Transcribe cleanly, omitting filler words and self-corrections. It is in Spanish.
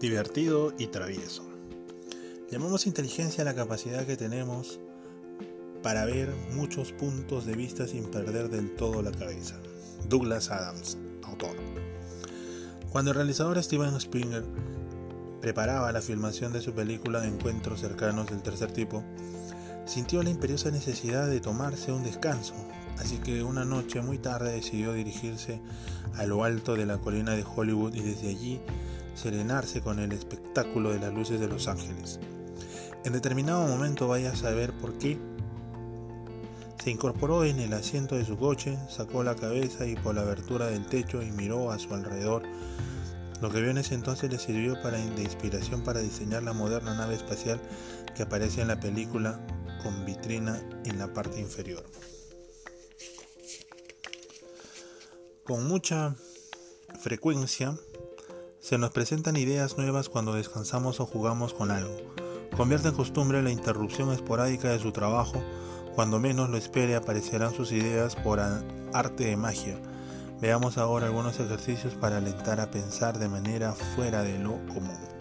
divertido y travieso. Llamamos inteligencia a la capacidad que tenemos para ver muchos puntos de vista sin perder del todo la cabeza. Douglas Adams, autor. Cuando el realizador Steven Spielberg preparaba la filmación de su película Encuentros cercanos del tercer tipo, sintió la imperiosa necesidad de tomarse un descanso, así que una noche muy tarde decidió dirigirse a lo alto de la colina de Hollywood y desde allí serenarse con el espectáculo de las luces de Los Ángeles. En determinado momento, vaya a saber por qué, se incorporó en el asiento de su coche, sacó la cabeza y por la abertura del techo y miró a su alrededor. Lo que vio en ese entonces le sirvió de inspiración para diseñar la moderna nave espacial que aparece en la película con vitrina en la parte inferior. Con mucha frecuencia se nos presentan ideas nuevas cuando descansamos o jugamos con algo. Convierte en costumbre la interrupción esporádica de su trabajo. Cuando menos lo espere aparecerán sus ideas por arte de magia. Veamos ahora algunos ejercicios para alentar a pensar de manera fuera de lo común.